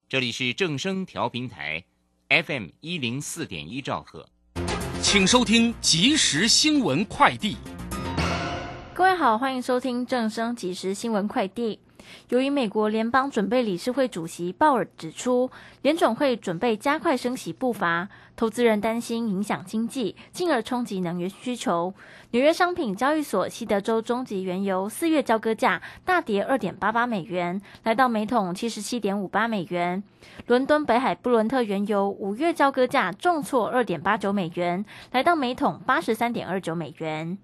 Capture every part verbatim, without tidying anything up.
这里是正声调频台 F M 一零四点一兆赫， 请收听即时新闻快递。 各位好，欢迎收听正声即时新闻快递。由于美国联邦准备理事会主席鲍尔指出，联准会准备加快升息步伐，投资人担心影响经济，进而冲击能源需求。纽约商品交易所西德州中级原油四月交割价大跌 二点八八美元，来到每桶 七十七点五八美元。伦敦北海布伦特原油五月交割价重挫 二点八九美元，来到每桶 八十三点二九美元。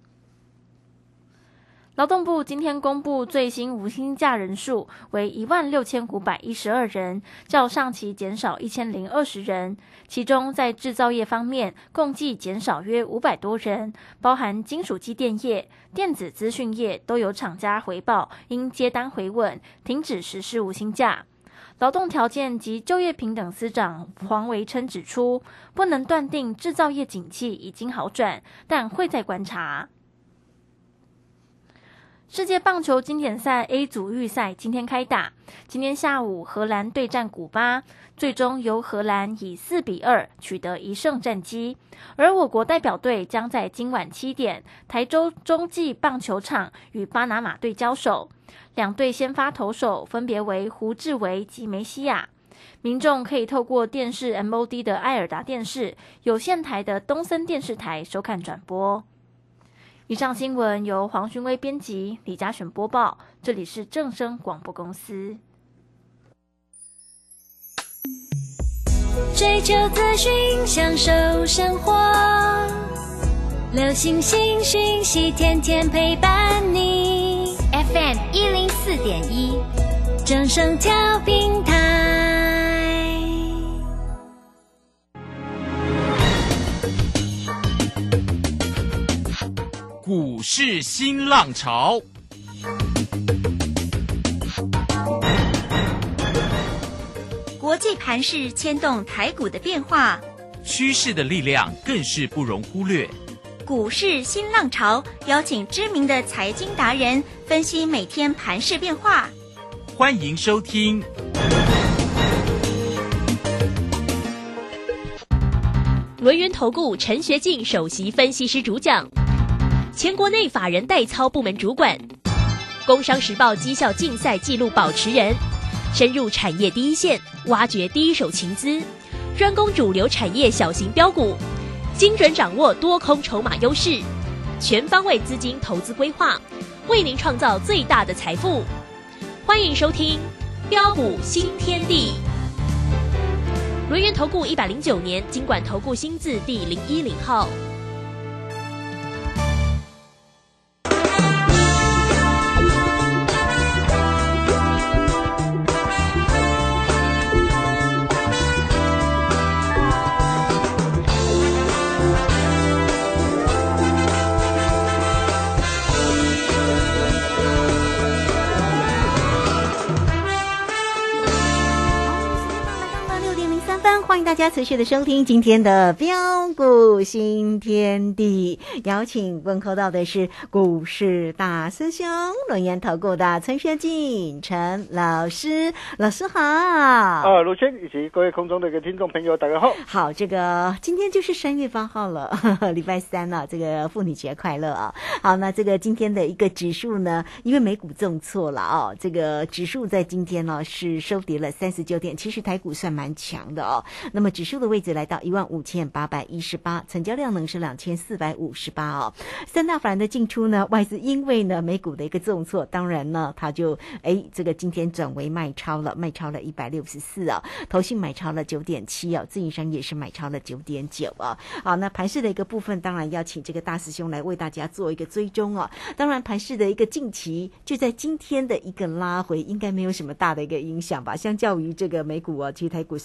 劳动部今天公布最新无薪假人数为一万六千五百一十二人，较上期减少一千零二十人。其中在制造业方面，共计减少约五百多人，包含金属机电业、电子资讯业都有厂家回报因接单回稳，停止实施无薪假。劳动条件及就业平等司长黄维琛指出，不能断定制造业景气已经好转，但会再观察。世界棒球经典赛 A 组预赛今天开打，今天下午荷兰对战古巴，最终由荷兰以四比二取得一胜战绩，而我国代表队将在今晚七点台州洲际棒球场与巴拿马队交手，两队先发投手分别为胡志伟及梅西亚。民众可以透过电视 M O D 的爱尔达电视、有线台的东森电视台收看转播。以上新闻由黄勋威编辑，李嘉璇播报，这里是正声广播公司。 追求资讯，享受生活，流行新讯息，天天陪伴你。F M 一零四点一，正声调频台。 股市新浪潮， 国际盘势牵动台股的变化， 趋势的力量更是不容忽略。 股市新浪潮邀请知名的财经达人分析每天盘势变化， 欢迎收听轮源投顾陈学进首席分析师主讲，前国内法人代操部门主管，工商时报绩效竞赛纪录保持人，深入产业第一线，挖掘第一手情资，专攻主流产业小型标股，精准掌握多空筹码优势，全方位资金投资规划，为您创造最大的财富。欢迎收听标股新天地。轮源投顾一百零九年金管投顾新字第零一零号。 欢迎大家持续的收听今天的标股新天地，邀请问候到的是股市大师兄轮源投顾的陈学进陈老师，老师好。 啊，卢轩以及各位空中的一个听众朋友，大家好。 好，这个今天就是三月八号了，呵呵礼拜三了，这个妇女节快乐啊！好，那这个今天的一个指数呢，因为美股重挫了哦，这个指数在今天呢是收跌了三十九点，其实台股算蛮强的哦。那么指数的位置来到一万五千八百一十八，成交量呢是两千四百五十八哦。三大法人的进出呢，外资因为呢美股的一个重挫，当然呢他就哎这个今天转为卖超了，卖超了一百六十四啊，投信买超了九点七啊，自营商也是买超了九点九啊。好，那盘势的一个部分，当然要请这个大师兄来为大家做一个追踪啊。当然盘势的一个近期就在今天的一个拉回，应该没有什么大的一个影响吧。相较于这个美股啊，其实台股算蛮强。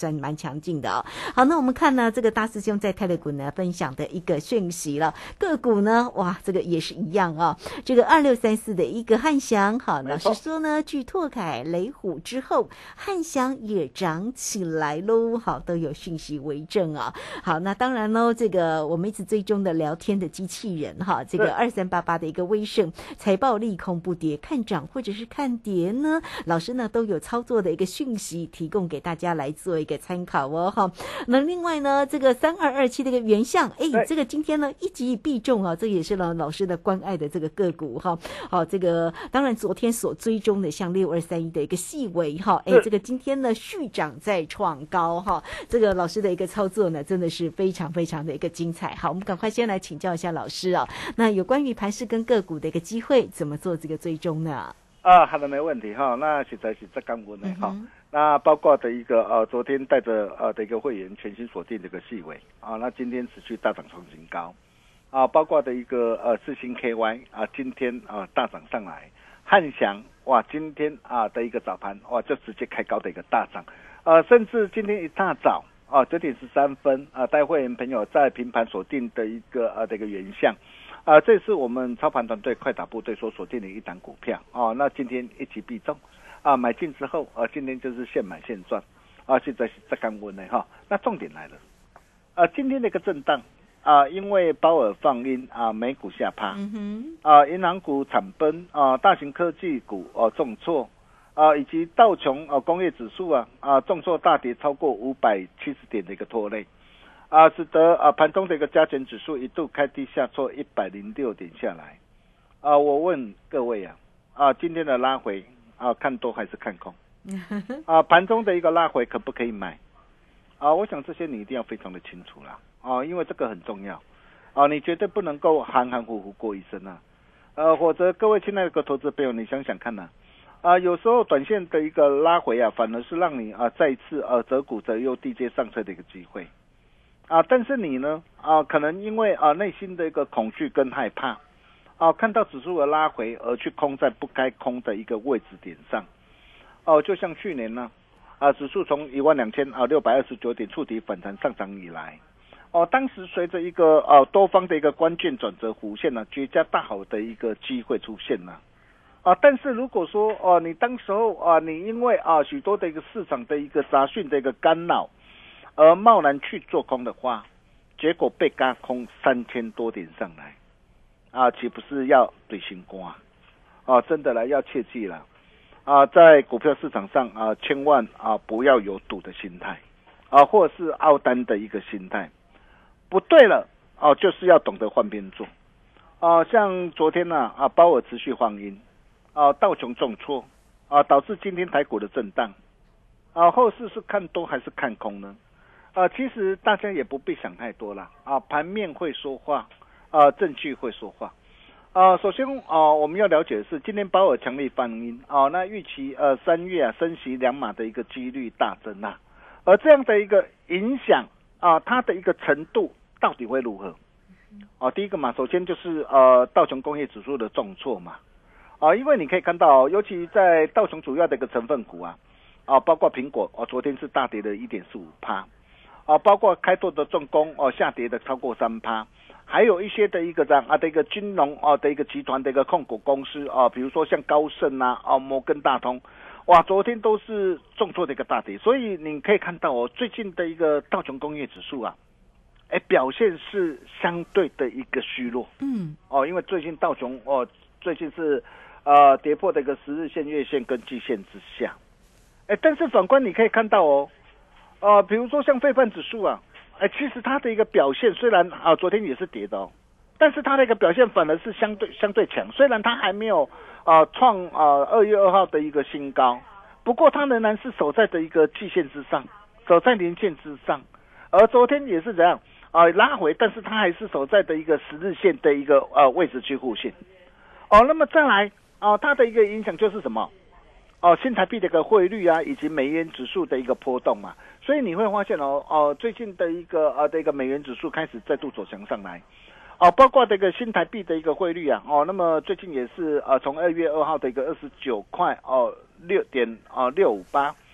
强劲的哦。好，那我们看呢，这个大师兄在泰勒股呢分享的一个讯息了，个股呢，哇，这个也是一样啊、哦。这个二六三四的一个汉翔，好，老师说呢，继拓凯、雷虎之后，汉翔也涨起来喽，好，都有讯息为证啊。好，那当然喽，这个我们一直追踪的聊天的机器人哈，这个二三八八的一个威盛财报利空不跌，看涨或者是看跌呢，老师呢都有操作的一个讯息提供给大家来做一个参考哦哈。那另外呢，这个三二二七的一个原相，哎，这个今天呢一击必中啊，这个也是呢老师的关爱的这个个股哈。好，这个当然昨天所追踪的像六二三一的一个细微哈，哎，这个今天呢续涨再创高哈，这个老师的一个操作呢真的是非常非常的一个精彩。好，我们赶快先来请教一下老师啊，那有关于盘势跟个股的一个机会，怎么做这个追踪呢？ 啊，好的，没问题哈。那现在是在刚问的哈。那包括的一个呃，昨天带着呃的一个会员全新锁定这个细微啊，那今天持续大涨创新高啊，包括的一个呃四星 K Y 啊，今天啊、呃、大涨上来，汉翔哇，今天啊的一个早盘哇就直接开高的一个大涨，呃，甚至今天一大早啊九点十三分啊，带会员朋友在平盘锁定的一个呃的一个原相。啊，这是我们操盘团队快打部队所锁定的一档股票啊。那今天一击必中啊，买进之后啊，今天就是现买现赚啊。现在是在刚温的哈。那重点来了啊，今天的一个震荡啊，因为鲍尔放鹰啊，美股下趴，嗯哼，啊，银行股惨崩啊，大型科技股啊重挫啊，以及道琼啊工业指数啊啊重挫大跌超过五百七十点的一个拖累。啊，使得啊盘中的一个加权指数一度开低下挫一百零六点下来。啊，我问各位啊，啊今天的拉回啊看多还是看空？啊，盘中的一个拉回可不可以买？啊，我想这些你一定要非常的清楚啦。啊，因为这个很重要。啊，你绝对不能够含含糊糊过一生啊。呃，或者各位亲爱的投资朋友，你想想看呐、啊。啊，有时候短线的一个拉回啊，反而是让你啊再一次呃择股择优低阶上车的一个机会。啊，但是你呢？啊，可能因为啊内心的一个恐惧跟害怕，啊，看到指数的拉回而去空在不该空的一个位置点上，哦、啊，就像去年呢，啊，指数从一万两千啊六百二十九点触底反弹上涨以来，哦、啊，当时随着一个啊多方的一个关键转折弧线呢、啊，绝佳大好的一个机会出现了，啊，但是如果说哦、啊，你当时候啊，你因为啊许多的一个市场的一个杂讯的一个干扰。而贸然去做空的话，结果被轧空三千多点上来，啊，岂不是要对心瓜？啊，真的了，要切记了，啊，在股票市场上啊，千万啊不要有赌的心态，啊，或者是凹单的一个心态，不对了，哦、啊，就是要懂得换边做，啊，像昨天呢，啊，鲍尔持续放鹰，啊，道琼重挫，啊，导致今天台股的震荡，啊，后市是看多还是看空呢？啊，其实大家也不必想太多了啊，盘面会说话，啊，证据会说话，啊，首先啊，我们要了解的是，今天鲍尔强力放鹰啊，那预期呃三月啊升息两码的一个几率大增啊，而这样的一个影响啊，它的一个程度到底会如何？啊，第一个嘛，首先就是呃道琼工业指数的重挫嘛，啊，因为你可以看到，尤其在道琼主要的一个成分股啊，啊，包括苹果，哦、啊，昨天是大跌了 一点四五趴。啊，包括开拓的重工哦，下跌的超过三趴，还有一些的一个这样啊的一个金融哦的一个集团的一个控股公司啊，比如说像高盛啊、哦摩根大通，哇，昨天都是重挫的一个大跌，所以你可以看到哦，最近的一个道琼工业指数啊，哎，表现是相对的一个虚弱，嗯，哦，因为最近道琼哦，最近是呃跌破的一个十日线、月线跟季线之下，哎，但是反观你可以看到哦。呃，比如说像费半指数啊，哎，其实它的一个表现虽然啊昨天也是跌的哦，但是它的一个表现反而是相对相对强，虽然它还没有啊创啊二月二号的一个新高，不过它仍然是守在的一个季线之上，守在年线之上，而昨天也是这样啊拉回，但是它还是守在的一个十日线的一个呃位置区护线。哦，那么再来啊，它的一个影响就是什么？哦，新台币的一个汇率啊，以及美元指数的一个波动嘛，所以你会发现哦，哦，最近的一个呃的一个美元指数开始再度走强上来，哦，包括这个新台币的一个汇率啊，哦，那么最近也是呃从二月二号的一个二十九块哦六点哦六五八，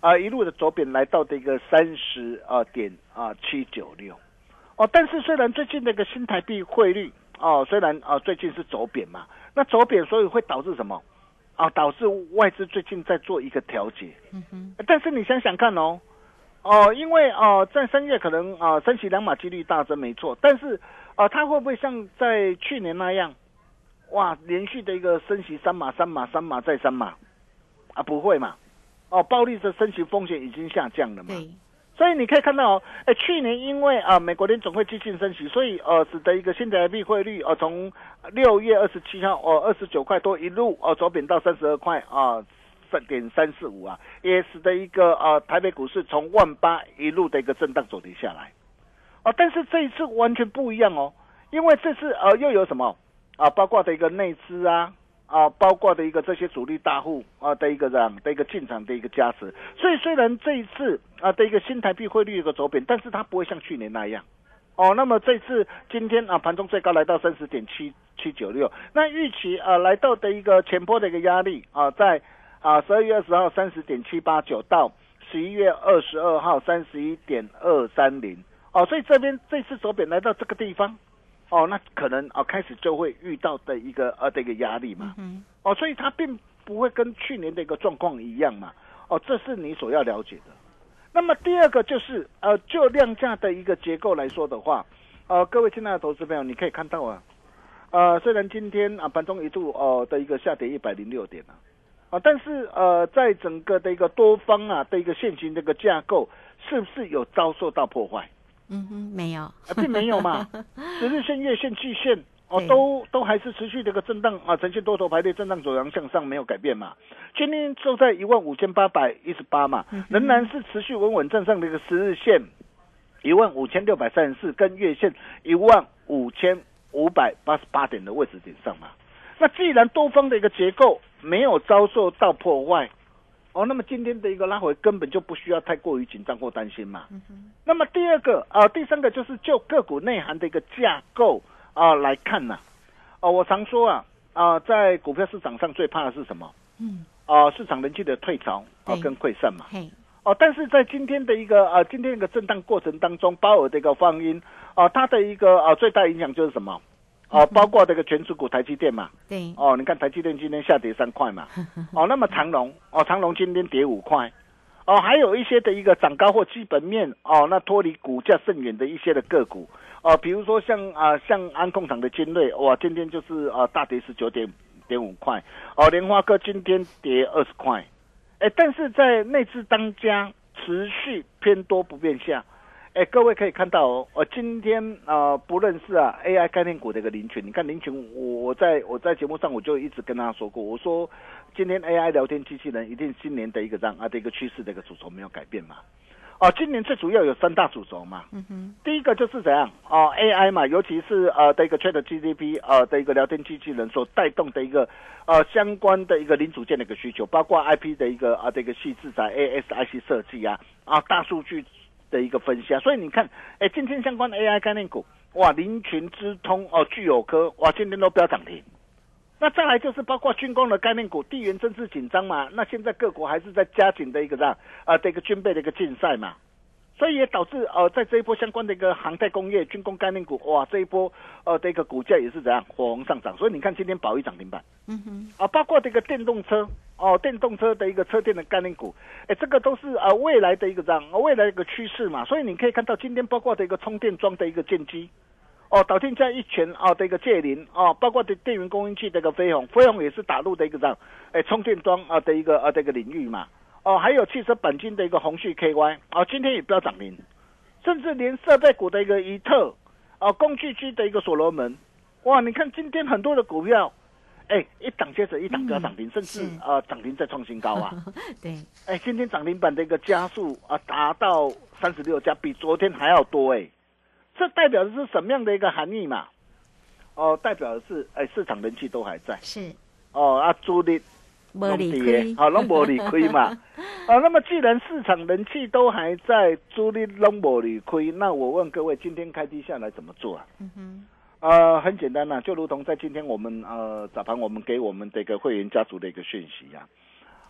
啊、呃、一路的走贬来到的一个三十呃点啊七九六，哦，但是虽然最近那个新台币汇率哦，虽然啊、呃、最近是走贬嘛，那走贬所以会导致什么？啊，导致外资最近在做一个调节。嗯哼，但是你想想看哦。哦，因为哦、呃，在三月可能啊、呃、升息两码几率大增，没错，但是啊、呃，它会不会像在去年那样，哇，连续的一个升息三码、三码、三码再三码，啊，不会嘛？哦，暴力的升息风险已经下降了嘛？对。所以你可以看到哦，哎，去年因为啊、呃、美国联总会激进升息，所以呃使得一个新台币汇率呃从六月二十七号哦二十九块多一路哦、呃、走贬到三十二块啊。呃三点三四五啊，也使得一个呃台北股市从万八一路的一个震荡走跌下来，哦，但是这一次完全不一样哦，因为这次呃又有什么啊，包括的一个内资啊啊，包括的一个这些主力大户啊的一个这样的一个进场的一个加持，所以虽然这一次啊的一个新台币汇率有个走贬，但是它不会像去年那样。哦，那么这次今天啊盘中最高来到三十点七七九六，那预期啊来到的一个前波的一个压力啊在。啊，十二月二十号三十点七八九到十一月二十二号三十一点二三零，哦，所以这边这次走贬来到这个地方，哦，那可能啊开始就会遇到的一个呃的一个压力嘛，嗯，哦，所以它并不会跟去年的一个状况一样嘛，哦，这是你所要了解的。那么第二个就是呃，就量价的一个结构来说的话，呃，各位亲爱的投资朋友，你可以看到啊，呃，虽然今天啊盘中一度哦、呃、的一个下跌一百零六点啊。啊，但是呃，在整个的一个多方啊的一个现行的一个架构，是不是有遭受到破坏？ 嗯哼，没有， 啊、并没有嘛。十日线、月线、季线哦，都都还是持续的一个震荡啊，呈现多头排列震荡走阳向上，没有改变嘛。今天收在一万五千八百一十八嘛，嗯、仍然是持续稳稳站上的一个十日线一万五千六百三十四，跟月线一万五千五百八十八点的位置点上嘛。那既然多方的一个结构没有遭受到破坏，哦，那么今天的一个拉回根本就不需要太过于紧张或担心嘛。嗯、那么第二个啊、呃，第三个就是就个股内涵的一个架构啊、呃、来看呐、啊，哦、呃，我常说啊啊、呃，在股票市场上最怕的是什么？嗯，啊、呃，市场人气的退潮啊、呃、跟溃散嘛。哦、呃，但是在今天的一个啊、呃、今天一个震荡过程当中，鲍尔的一个放音啊、呃，它的一个啊、呃、最大影响就是什么？哦，包括这个全指股台积电嘛，对，哦，你看台积电今天下跌三块嘛，哦，那么长荣，哦，长荣今天跌五块，哦，还有一些的一个涨高或基本面，哦，那脱离股价甚远的一些的个股，哦，比如说像啊、呃、像安控厂的精锐，哇，今天就是啊、呃、大跌十九点点五块，哦，联发科今天跌二十块，哎，但是在内资当家持续偏多不变下。哎，各位可以看到哦，我今天啊、呃，不论是啊 A I 概念股的一个林群，你看林群，我我在我在节目上我就一直跟大家说过，我说今天 A I 聊天机器人一定今年的一个这样啊的一个趋势的一个主轴没有改变嘛。哦，今年最主要有三大主轴嘛。嗯哼。第一个就是怎样哦 A I 嘛，尤其是呃的一个 Chat G P T 呃的一个聊天机器人所带动的一个呃相关的一个零组件的一个需求，包括 I P 的一个啊的一个细制材 A S I C 设计啊啊大数据的一个分析啊，所以你看，哎，今天相关的 A I 概念股，哇，林群、资通哦、聚友科，哇，今天都飙涨停。那再来就是包括军工的概念股，地缘政治紧张嘛，那现在各国还是在加紧的一个这样啊的一个军备的一个竞赛嘛，所以也导致呃在这一波相关的一个航太工业、军工概念股，哇，这一波呃的一个股价也是怎样火红上涨，所以你看今天宝一涨停板，嗯哼，啊，包括这个电动车。哦，电动车的一个车电的概念股，哎，这个都是啊、呃、未来的一个这样，未来的一个趋势嘛，所以你可以看到今天包括的一个充电桩的一个建机，哦，导电加一拳啊的一个界麟哦，包括的电源供应器的一个飞鸿，飞鸿也是打入的一个这样，哎，充电桩啊的一个啊的一个领域嘛，哦，还有汽车钣金的一个鸿旭 K Y， 哦，今天也飙涨停，甚至连设备股的一个怡特，哦，工具机的一个所罗门，哇，你看今天很多的股票。哎，一档接着一档飙涨停，嗯、甚至呃涨停再创新高啊！对，哎，今天涨停板的一个加速啊，达到三十六家，比昨天还要多哎。这代表的是什么样的一个含义嘛？哦，代表的是哎市场人气都还在。是。哦啊，主力没理亏， 好，拢没理亏嘛。啊，那么既然市场人气都还在，主力拢没理亏，那我问各位，今天开低下来怎么做啊？嗯哼。呃，很简单呐、啊，就如同在今天我们呃早盘我们给我们的一个会员家族的一个讯息啊，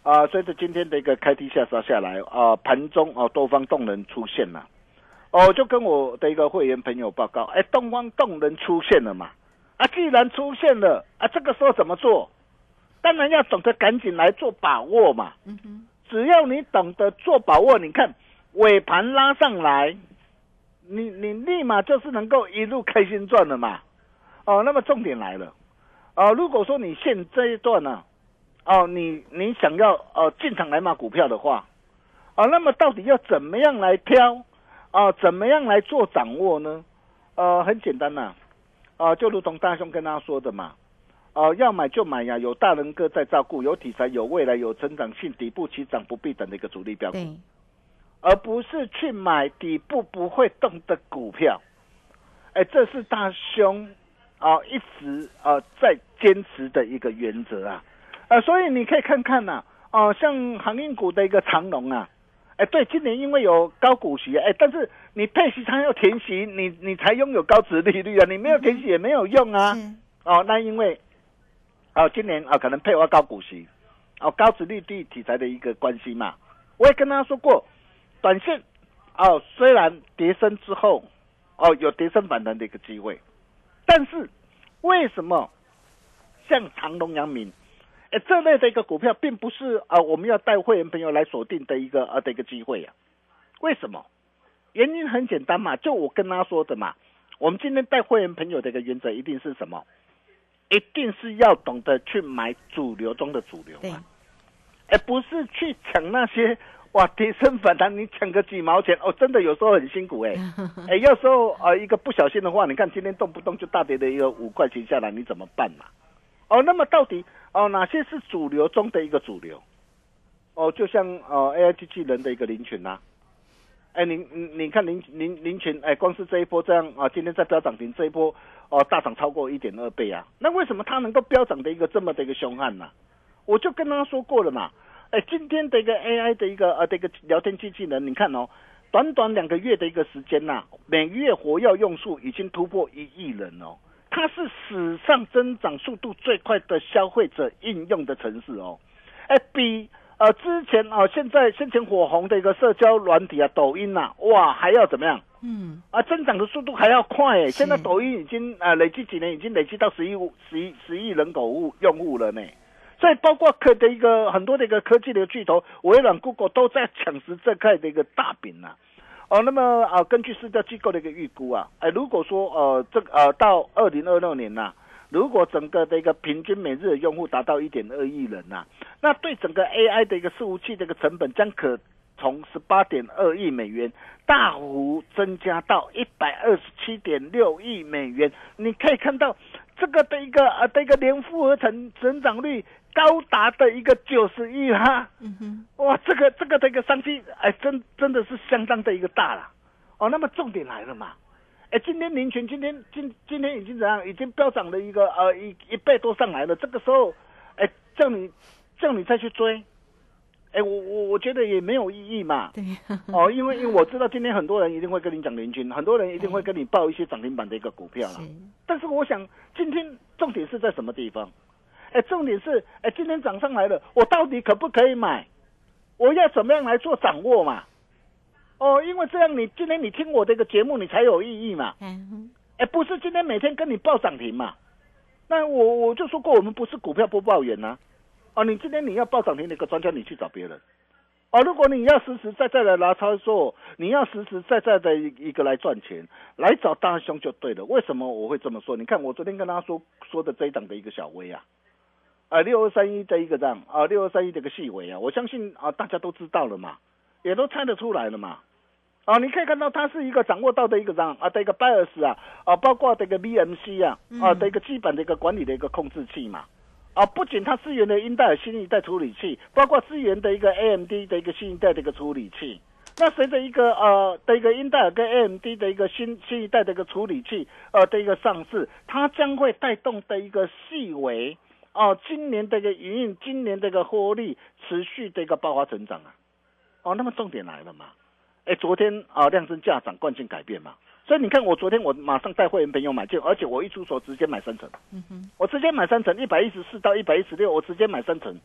啊，随着今天的一个开低下杀下来啊，盘中哦多方动能出现了，哦，就跟我的一个会员朋友报告，哎，东方动能出现了嘛，啊，既然出现了啊，这个时候怎么做？当然要懂得赶紧来做把握嘛。嗯哼，只要你懂得做把握，你看尾盘拉上来，你你立马就是能够一路开心赚了嘛。哦，那么重点来了，哦，如果说你现这一段呢、啊，哦，你你想要呃进场来买股票的话，啊，那么到底要怎么样来挑啊？怎么样来做掌握呢？呃，很简单呐、啊，啊，就如同大兄跟他说的嘛，啊，要买就买呀，有大人哥在照顾，有题材，有未来，有成长性，底部起涨不必等的一个主力标股，而不是去买底部不会动的股票。哎，这是大兄啊一直啊在坚持的一个原则啊。啊，所以你可以看看呐、啊，哦，像航运股的一个长荣啊，哎，对，今年因为有高股息，哎，但是你配息它要填息，你你才拥有高殖利率啊，你没有填息也没有用啊。哦，那因为哦今年啊可能配合高股息，哦高殖利率题材的一个关系嘛，我也跟他说过，短线哦虽然跌升之后哦有跌升反弹的一个机会，但是为什么像长荣、阳明？哎，这类的一个股票并不是啊、呃，我们要带会员朋友来锁定的一个呃的一个机会啊。为什么？原因很简单嘛，就我跟他说的嘛。我们今天带会员朋友的一个原则一定是什么？一定是要懂得去买主流中的主流嘛。哎，不是去抢那些哇跌升反弹，你抢个几毛钱哦，真的有时候很辛苦哎。哎，有时候啊、呃、一个不小心的话，你看今天动不动就大跌的一个五块钱下来，你怎么办嘛？哦，那么到底哦哪些是主流中的一个主流？哦，就像呃 A I 机器人的一个林群呐、啊，哎，你你你看林林林群，哎，光是这一波这样啊，今天在飙涨停这一波哦大涨超过 一点二 倍啊，那为什么它能够飙涨的一个这么的一个凶悍呢、啊？我就跟他说过了嘛，哎，今天的一个 A I 的一个呃的一个聊天机器人，你看哦，短短两个月的一个时间呐、啊，每月活跃用户已经突破一亿人哦。它是史上增长速度最快的消费者应用的程式哦，哎，比呃之前啊、呃、现在先前火红的一个社交软体啊抖音呐、啊，哇还要怎么样？嗯，啊增长的速度还要快哎，现在抖音已经啊、呃、累计几年已经累计到十亿十亿十亿人口户用户了呢，所以包括科的一个很多的一个科技的巨头，微软、Google 都在抢食这块的一个大饼呐、啊。哦，那么啊、呃，根据市调机构的一个预估啊，哎，如果说呃这个呃到二零二六年呐、啊，如果整个的一个平均每日的用户达到一点二亿人呐、啊，那对整个 A I 的一个伺服器的一个成本将可从十八点二亿美元大幅增加到一百二十七点六亿美元。你可以看到这个的一个呃的一个年复合成成长率高达的一个九十亿哈，嗯哼，哇，这个这个的一个商机，哎，真真的是相当的一个大了，哦，那么重点来了嘛，哎，今天林群今天今今天已经怎样，已经飙涨了一个呃一一倍多上来了，这个时候，哎，叫你叫你再去追，哎，我我我觉得也没有意义嘛，对，哦，因为因为我知道今天很多人一定会跟你讲林群，很多人一定会跟你报一些涨停板的一个股票了，但是我想今天重点是在什么地方？哎，重点是，哎，今天涨上来了，我到底可不可以买？我要怎么样来做掌握嘛？哦，因为这样你今天你听我这个节目，你才有意义嘛。嗯，哎，不是今天每天跟你报涨停嘛？那我我就说过，我们不是股票播报员呐、啊。哦，你今天你要报涨停的一个专家，你去找别人。哦，如果你要实实在在的来操作，你要实实在在的一个来赚钱，来找大兄就对了。为什么我会这么说？你看我昨天跟他说说的这一档的一个小微啊。啊，六二三一的一个这样啊，六二三一的一个细微啊，我相信啊，大家都知道了嘛，也都猜得出来了嘛。啊，你可以看到它是一个掌握到的一个这样啊的一个 bias 啊，啊，包括这个 V M C 啊，啊的一个基本的一个管理的一个控制器嘛。啊，不仅它支援的英戴尔新一代处理器，包括支援的一个 A M D 的一个新一代的一个处理器。那随着一个呃的一个英戴尔跟 A M D 的一个新新一代的一个处理器呃的一个上市，它将会带动的一个细微。哦，今年的一个营运，今年的一个获利持续的一个爆发成长啊！哦，那么重点来了嘛？哎，昨天啊量增价涨，惯性改变嘛，所以你看我昨天我马上带会员朋友买进，而且我一出手直接买三成，嗯哼，我直接买三成，一百一十四到一百一十六，我直接买三成，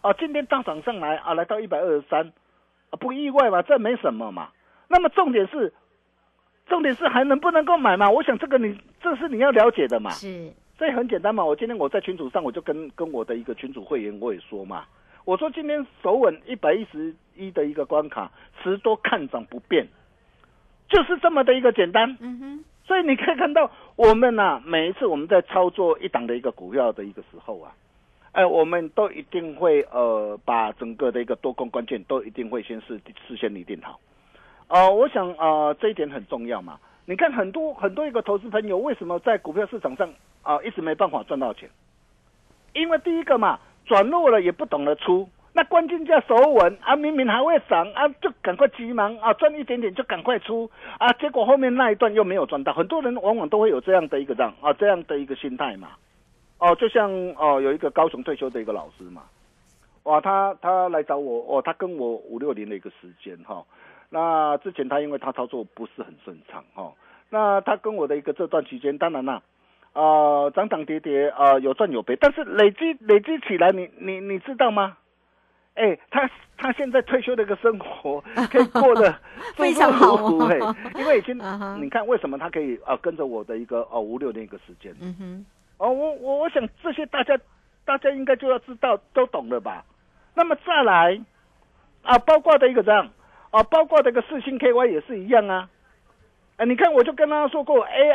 啊，今天大涨上来啊，来到一百二十三，不意外吧？这没什么嘛。那么重点是，重点是还能不能够买嘛？我想这个你这是你要了解的嘛。 是， 所以很简单嘛。我今天我在群组上，我就跟跟我的一个群组会员我也说嘛，我说今天守稳一百一十一的一个关卡，持多看涨不变，就是这么的一个简单。 嗯哼。 所以你可以看到，我们啊，每一次我们在操作一档的一个股票的一个时候啊，哎，我们都一定会呃，把整个的一个多空关键都一定会先事事先拟定好。呃，我想呃这一点很重要嘛。你看很多很多一个投资朋友为什么在股票市场上啊、呃、一直没办法赚到钱？因为第一个嘛，转弱了也不懂得出。那关键价守稳啊，明明还会涨啊，就赶快急忙啊，赚一点点就赶快出啊，结果后面那一段又没有赚到，很多人往往都会有这样的一个这样啊这样的一个心态嘛。哦，就像哦有一个高雄退休的一个老师嘛，哇，他他来找我哦，他跟我五六年的一个时间哈、哦，那之前他因为他操作不是很顺畅哈、哦，那他跟我的一个这段期间，当然啦。呃，涨涨跌跌，呃，有赚有赔，但是累积累积起来你，你你你知道吗？哎，他他现在退休的一个生活可以过得非常好哦，哎，因为已经、 uh-huh. 你看为什么他可以啊、呃、跟着我的一个哦五六年一个时间， 嗯哼， 哦，我我我想这些大家大家应该就要知道都懂了吧？那么再来啊，包括的一个这样啊，包括的一个四星 K Y 也是一样啊，哎，你看我就跟他说过 A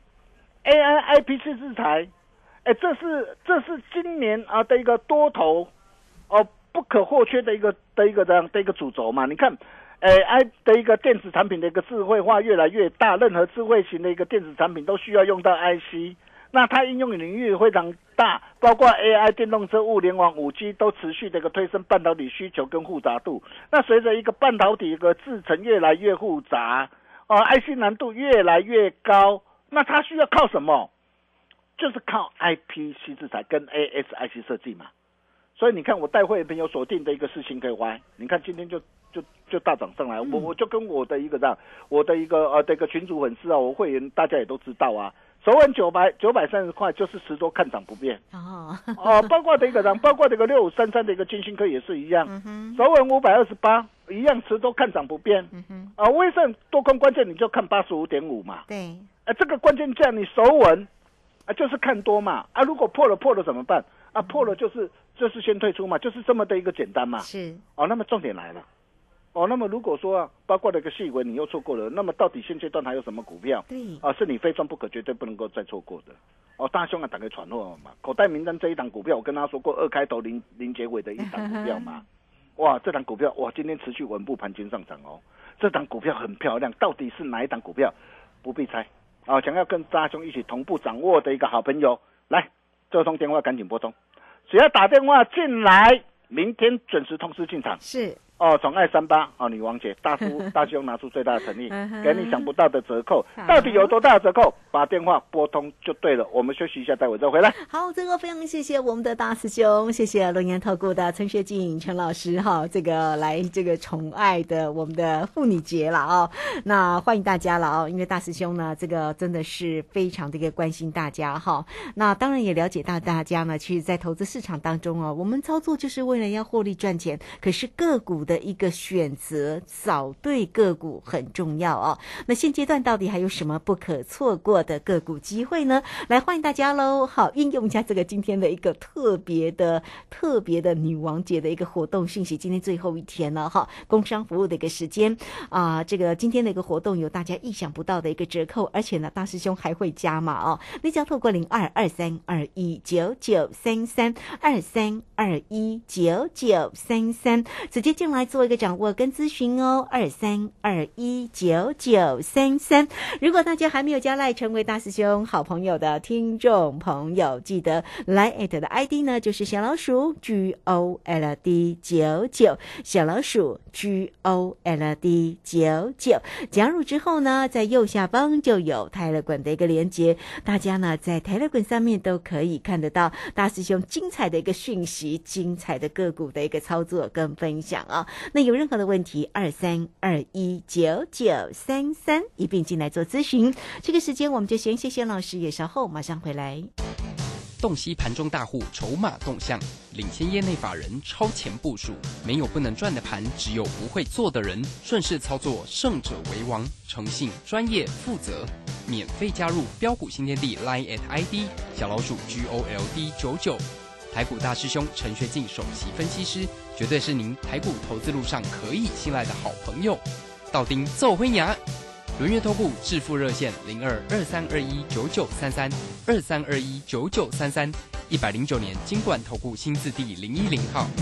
I。A I I P 次制裁，哎，这是这是今年啊的一个多头哦不可或缺的一个的一个这样的一个主轴嘛。你看，哎 ，I 的一个电子产品的一个智慧化越来越大，任何智慧型的一个电子产品都需要用到 I C， 那它应用领域非常大，包括 A I、电动车、物联网、五 G 都持续的一个推升半导体需求跟复杂度。那随着一个半导体一个制程越来越复杂，哦 ，I C 难度越来越高。那它需要靠什么？就是靠 I P C 制裁跟 A S I C 设计嘛。所以你看我带会员朋友锁定的一个四星 K Y， 你看今天就就就大涨上来。嗯、我我就跟我的一个这样，我的一个呃的一个群组粉丝啊，我会员大家也都知道啊。首稳九百九百三十块，就是持多看涨不变。哦哦，包括的一个涨，包括这个六五三三的一个金星科也是一样。嗯、首稳五百二十八，一样持多看涨不变。嗯哼。啊，威盛多空关键你就看八十五点五嘛。 对。 啊，这个关键价你守稳，啊，就是看多嘛。啊，如果破了破了怎么办？啊，破了就是就是先退出嘛，就是这么的一个简单嘛。 是。哦， 那么重点来了。哦，那么如果说啊，包括了一个细微你又错过了，那么到底现阶段还有什么股票？ 对。 啊，是你非赚不可，绝对不能够再错过的。哦，大兄啊，打开传货嘛，口袋名单这一档股票，我跟他说过，二开头零零结尾的一档股票嘛。哇，这档股票哇，今天持续稳步盘前上涨哦。这档股票很漂亮，到底是哪一档股票？不必猜。啊，想要跟大兄一起同步掌握的一个好朋友，来，这通电话赶紧拨通，只要打电话进来，明天准时通知进场。 是。 哦，宠爱三八哦，女王姐，大叔大兄拿出最大的诚意，给你想不到的折扣，到底有多大的折扣？把电话拨通就对了。我们休息一下，待会再回来。 好，这个非常谢谢我们的大师兄，谢谢龙岩投顾的陈学进陈老师哈，这个来这个宠爱的我们的妇女节了哦，那欢迎大家了哦，因为大师兄呢，这个真的是非常的一个关心大家哈，那当然也了解到大家呢，其实在投资市场当中哦，我们操作就是为了要获利赚钱，可是个股的一个选择，找对个股很重要哦。那现阶段到底还有什么不可错过的个股机会呢？来欢迎大家喽！好，运用一下这个今天的一个特别的、特别的女王节的一个活动讯息，今天最后一天了哈，工商服务的一个时间啊、呃，这个今天的一个活动有大家意想不到的一个折扣，而且呢，大师兄还会加码哦。你只要透过零二二三二一九九三三二三二一九九三三直接进来做一个掌握跟咨询哦，二三二一九九三三。如果大家还没有加赖成为大师兄好朋友的听众朋友，记得来 at 的 I D 呢就是小老鼠 G O L D 九九，小老鼠 G O L D 九九，加入之后呢，在右下方就有Telegram的一个连结，大家呢在Telegram上面都可以看得到大师兄精彩的一个讯息，精彩的个股的一个操作跟分享啊。那有任何的问题，二三二一九九三三一并进来做咨询。这个时间我们就先谢谢老师，也稍后马上回来。 洞悉盘中大户筹码动向，领先业内法人超前部署。没有不能赚的盘，只有不会做的人。顺势操作，胜者为王。诚信、专业、负责。免费加入标股新天地 Line at I D 小老鼠 G O L D 九九。台股大师兄陈学进首席分析师，绝对是您台股投资路上可以信赖的好朋友。道丁奏辉牙，轮源投顾致富热线零二二三二一九九三三二三二一九九三三，一百零九年金管投顾新字第零一零号。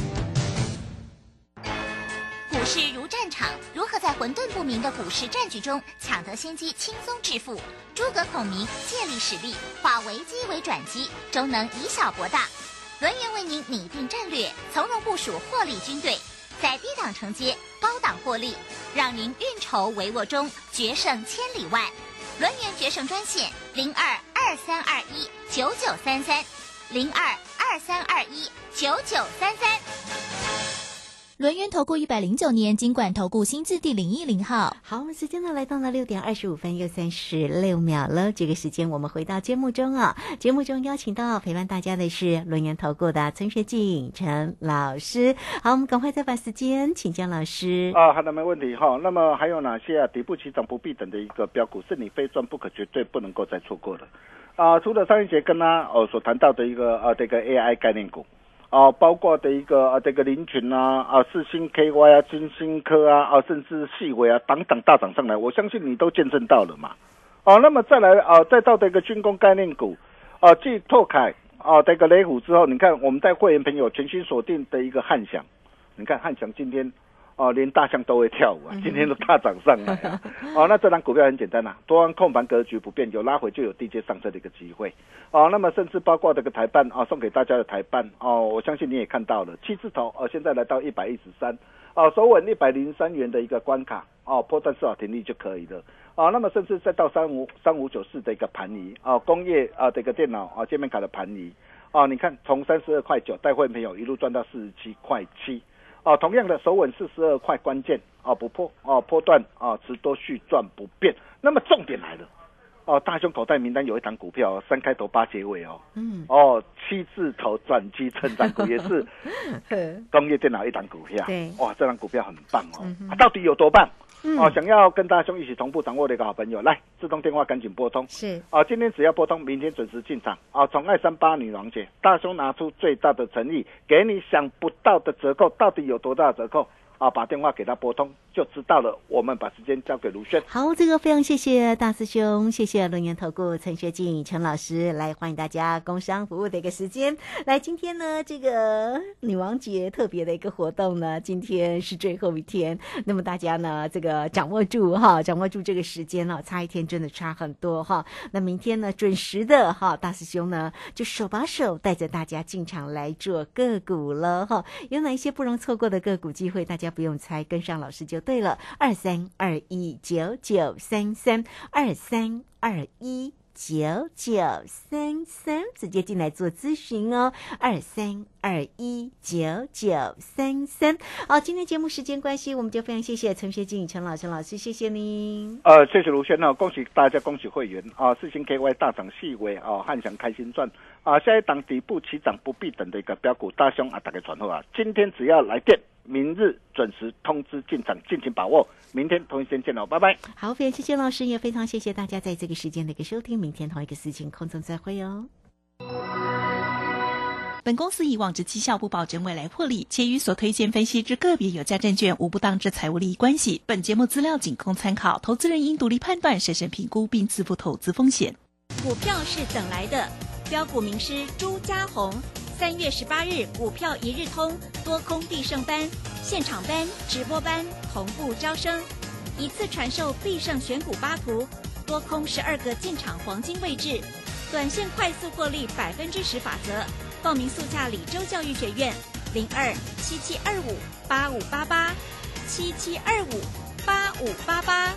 股市如战场，如何在混沌不明的股市战局中抢得先机，轻松致富？诸葛孔明借力使力，化危机为转机，终能以小博大。轮源为您拟定战略，从容部署获利军队，在低档承接，高档获利，让您运筹帷幄中决胜千里外。轮源决胜专线零二二三二一九九三三零二二三二一九九三三。 轮源投顾一百零九年金管投顾新字第零一零号。 好，我们时间呢来到了六点二十五分又三十六秒了。这个时间我们回到节目中啊，节目中邀请到陪伴大家的是轮源投顾的陈学进陈老师。好，我们赶快再把时间请江老师。 啊，好的，没问题哈。那么还有哪些啊底部起涨不必等的一个标股是你非赚不可，绝对不能够再错过的啊？除了上一节跟他哦所谈到的一个呃、啊、这个 A I 概念股。啊，包括的一个啊，这个林群啊，啊，世芯 K Y 啊，金星科啊，啊，甚至细微啊，等等大涨上来，我相信你都见证到了嘛。哦、啊，那么再来啊，再到这个军工概念股，啊，继拓凯啊，这个雷虎之后，你看我们在会员朋友全新锁定的一个汉翔，你看汉翔今天。哦，连大象都会跳舞啊！今天都大涨上来啊！哦，那这档股票很简单啊，多方控盘格局不变，有拉回就有低阶上车的一个机会。哦，那么甚至包括这个台办啊，送给大家的台办哦，我相信你也看到了，七字头哦，现在来到一百一十三，哦，守稳一百零三元的一个关卡哦，波段设好停利就可以了。哦，那么甚至再到三五三五九四的一个盘仪哦，工业啊这个电脑啊界面卡的盘仪哦，你看从三十二块九带会朋友一路赚到四十七块七。哦，同样的，首稳四十二块，关键哦不破哦，波段哦，持多续赚不变。那么重点来了，哦，大兄口袋名单有一档股票，三开头八结尾哦，嗯，哦，七字头转机成长股也是工业电脑一档股票，对，哇，这档股票很棒哦，嗯啊、到底有多棒？嗯、哦，想要跟大兄一起同步掌握的一个好朋友，来，自动电话赶紧拨通。是，哦，今天只要拨通，明天准时进场。哦，宠爱三八女王节，大兄拿出最大的诚意，给你想不到的折扣，到底有多大的折扣？啊，把电话给他拨通就知道了。我们把时间交给卢轩。 好，这个非常谢谢大师兄，谢谢轮源投顾陈学进陈老师，来欢迎大家工商服务的一个时间。来，今天呢，这个女王节特别的一个活动呢，今天是最后一天，那么大家呢，这个掌握住哈，掌握住这个时间了，差一天真的差很多哈。那明天呢，准时的哈，大师兄呢就手把手带着大家进场来做个股了哈。有哪一些不容错过的个股机会，大家不用猜，跟上老师就对了。二三二一九九三三，二三二一九九三三，直接进来做咨询哦。二三二一九九三三。好，今天节目时间关系，我们就非常谢谢陈学进陈老师老师，谢谢您。 呃，谢谢卢轩哦，恭喜大家，恭喜会员啊！世芯 K Y 大涨细微啊，汉翔开心赚啊！下一档底部起涨不必等的一个标股大兄啊，大家传后啊，今天只要来电。明日准时通知进场，敬请把握。明天同一时间见喽，拜拜。 好，非常谢谢老师，也非常谢谢大家在这个时间的一个收听。明天同一个时间空中再会哦。 本公司以往之绩效不保证未来获利，且与所推荐分析之个别有价证券无不当之财务利益关系。本节目资料仅供参考，投资人应独立判断、审慎评估并自负投资风险。 股票是等来的，标股名师朱家红。三月十八日，股票一日通多空必胜班现场班、直播班同步招生，一次传授必胜选股八图，多空十二个进场黄金位置，短线快速获利百分之十法则。报名速洽李州教育学院零二七七二五八五八八七七二五八五八八。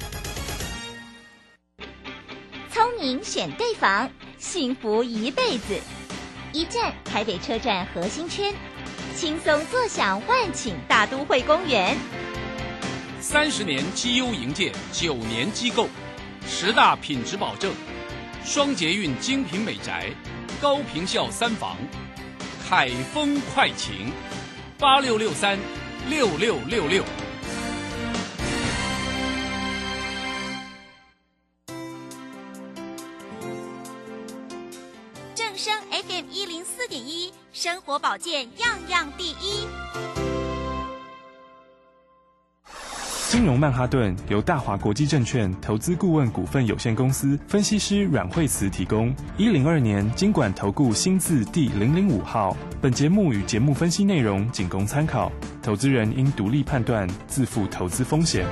聪明选对房，幸福一辈子。一站台北车站核心圈，轻松坐享万顷大都会公园。 三十年绩优营建，九年机构，十大品质保证，双捷运精品美宅， 高坪效三房，凯风快晴，八六六三六六六六。 正声 F M 一零四点一，生活保健样样第一。 金融曼哈顿由大华国际证券投资顾问股份有限公司分析师阮惠慈提供。一零二年金管投顾新字第零零五号。本节目与节目分析内容仅供参考，投资人应独立判断，自负投资风险。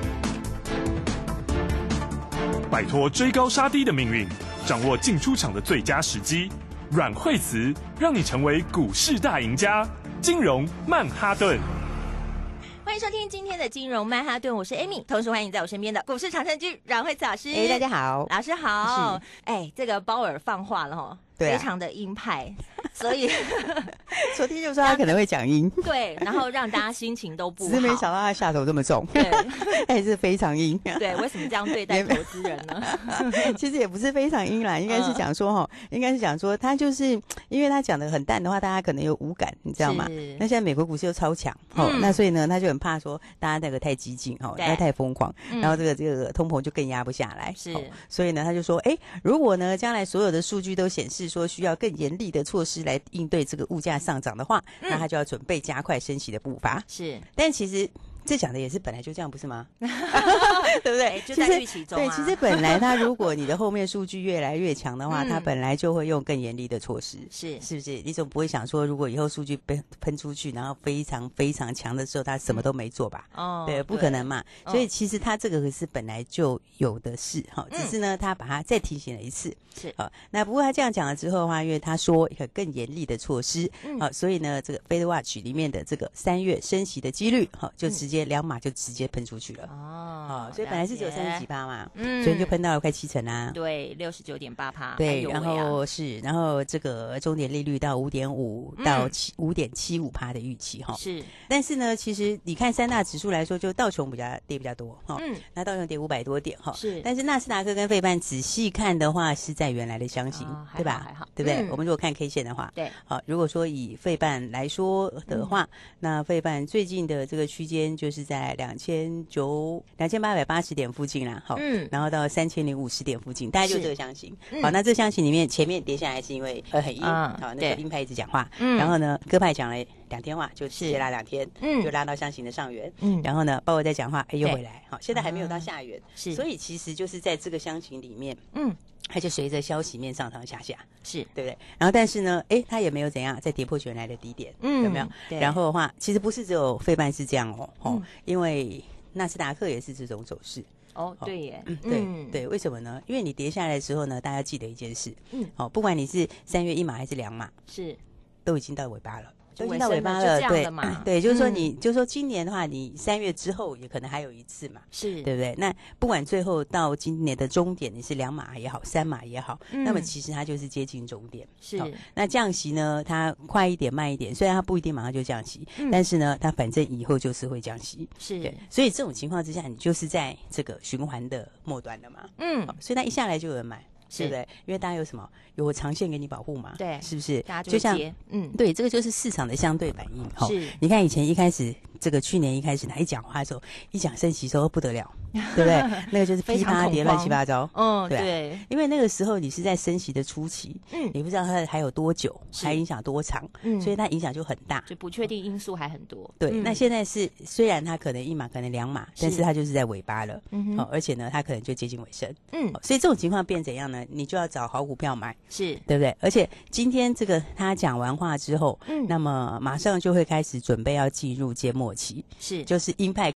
摆脱追高杀低的命运，掌握进出场的最佳时机。阮惠慈让你成为股市大赢家。金融曼哈顿。 欢迎收听今天的金融曼哈顿，我是 Amy， 同时欢迎在我身边的股市常胜军阮惠慈老师。 哎，大家好， 老师好。哎，这个鲍尔放话了哈， 对啊、 非常的鹰派，所以昨天就说他可能会讲鹰， 对，然后让大家心情都不好。 只是没想到他下手这么重，对，还是非常鹰。 对，为什么这样对待投资人呢？ 其实也不是非常鹰啦，应该是讲说哈、嗯，应该是讲说他就是因为他讲的很淡的话，大家可能有无感，你知道吗？那现在美国股市又超强，哦、嗯，那所以呢，他就很怕说大家那个太激进哈，那太疯狂，然后这个这个通膨就更压不下来，是、哦，所以呢，他就说，哎，如果呢将来所有的数据都显示说需要更严厉的措施来应对这个物价上涨的话，嗯、那他就要准备加快升息的步伐。是，但其实这讲的也是本来就这样，不是吗？对不对？ 就在预期中、啊。 对，其实本来他如果你的后面数据越来越强的话，他、嗯、本来就会用更严厉的措施。是，是不是？你总不会想说，如果以后数据被喷出去，然后非常非常强的时候，他什么都没做吧？哦、嗯，对，不可能嘛。所以其实他这个是本来就有的事哈，只是呢，他把它再提醒了一次。是啊，那不过他这样讲了之后的话，因为他说一个更严厉的措施，嗯，啊，所以呢，这个 Fed Watch 里面的这个三月升息的几率，哈，就直接两码就直接喷出去了。哦，所以本来是只有三十几趴嘛，嗯，所以就喷到了快七成啊。 对，六十九点八趴。 对，然后是，然后这个终点利率到五点五到七五点七五趴的预期哈。是，但是呢，其实你看三大指数来说，就道琼比较跌比较多哈，嗯，那道琼跌五百多点哈，是，但是纳斯达克跟费半仔细看的话，是在原来的箱型，哦、对吧？还好，对不对？嗯、我们如果看 K 线的话，对，好，如果说以费半来说的话，嗯、那费半最近的这个区间就是在两千九两千八百八十点附近啦，好，嗯，然后到三千零五十点附近，大概就这个箱型。嗯、好，那这箱型里面前面跌下来是因为呃很鹰，嗯、好，那个鹰派一直讲话，嗯，然后呢鸽派讲了两天话，就直接拉两天，嗯，就拉到箱型的上缘，嗯，然后呢鲍尔在讲话，哎又回来，好，现在还没有到下缘，是，所以其实就是在这个箱型里面，嗯。它就随着消息面上上下下，是对不对？然后但是呢，哎，它也没有怎样再跌破原来的低点，嗯，有没有？对。然后的话，其实不是只有费半是这样哦，哦，嗯、因为纳斯达克也是这种走势。 哦，对耶， 嗯、对、嗯、对，为什么呢？因为你跌下来的时候呢，大家记得一件事，嗯，哦，不管你是三月一码还是两码，是都已经到尾巴了。都已经到尾巴了，对对，就是说你，嗯、就是说今年的话，你三月之后也可能还有一次嘛，是对不对？那不管最后到今年的终点，你是两码也好，三码也好，嗯、那么其实它就是接近终点。是，那降息呢，它快一点慢一点，虽然它不一定马上就降息，嗯、但是呢，它反正以后就是会降息。是，对，所以这种情况之下，你就是在这个循环的末端了嘛。嗯，所以它一下来就有人买。对不对？因为大家有什么有长线给你保护嘛？对，是不是？大家就, 就像嗯，对，这个就是市场的相对反应。是，你看以前一开始这个去年一开始他一讲话的时候，一讲升息的时候不得了，对不对？那个就是噼啪跌乱七八糟。嗯，对, 对，因为那个时候你是在升息的初期，嗯，你不知道它还有多久，还影响多长，嗯，所以它影响就很大， 就不确定因素还很多。 对，嗯、那现在是虽然它可能一码，可能两码，但是它就是在尾巴了，嗯哼，哦，而且呢，它可能就接近尾声，嗯，所以这种情况变怎样呢？你就要找好股票买，是对不对？而且今天这个他讲完话之后，嗯，那么马上就会开始准备要进入缄默期，是就是鹰派